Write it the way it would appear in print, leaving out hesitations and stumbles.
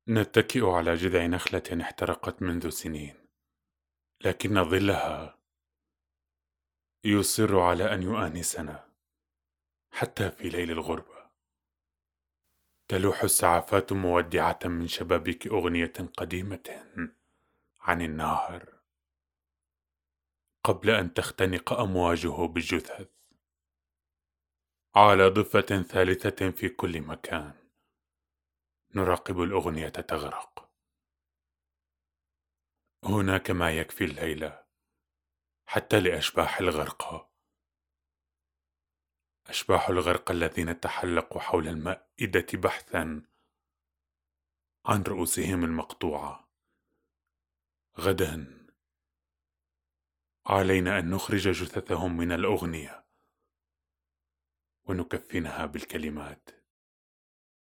نتكئ على جذع نخلة احترقت منذ سنين، لكن ظلها يصر على أن يؤانسنا حتى في ليل الغربة. تلوح السعافات مودعة من شبابيك أغنية قديمة عن النهر قبل أن تختنق أمواجه بالجثث. على ضفة ثالثة في كل مكان نراقب الأغنية تغرق. هناك ما يكفي الليلة حتى لأشباح الغرقى، أشباح الغرق الذين تحلقوا حول المائدة بحثا عن رؤوسهم المقطوعة. غدا علينا أن نخرج جثثهم من الأغنية ونكفنها بالكلمات.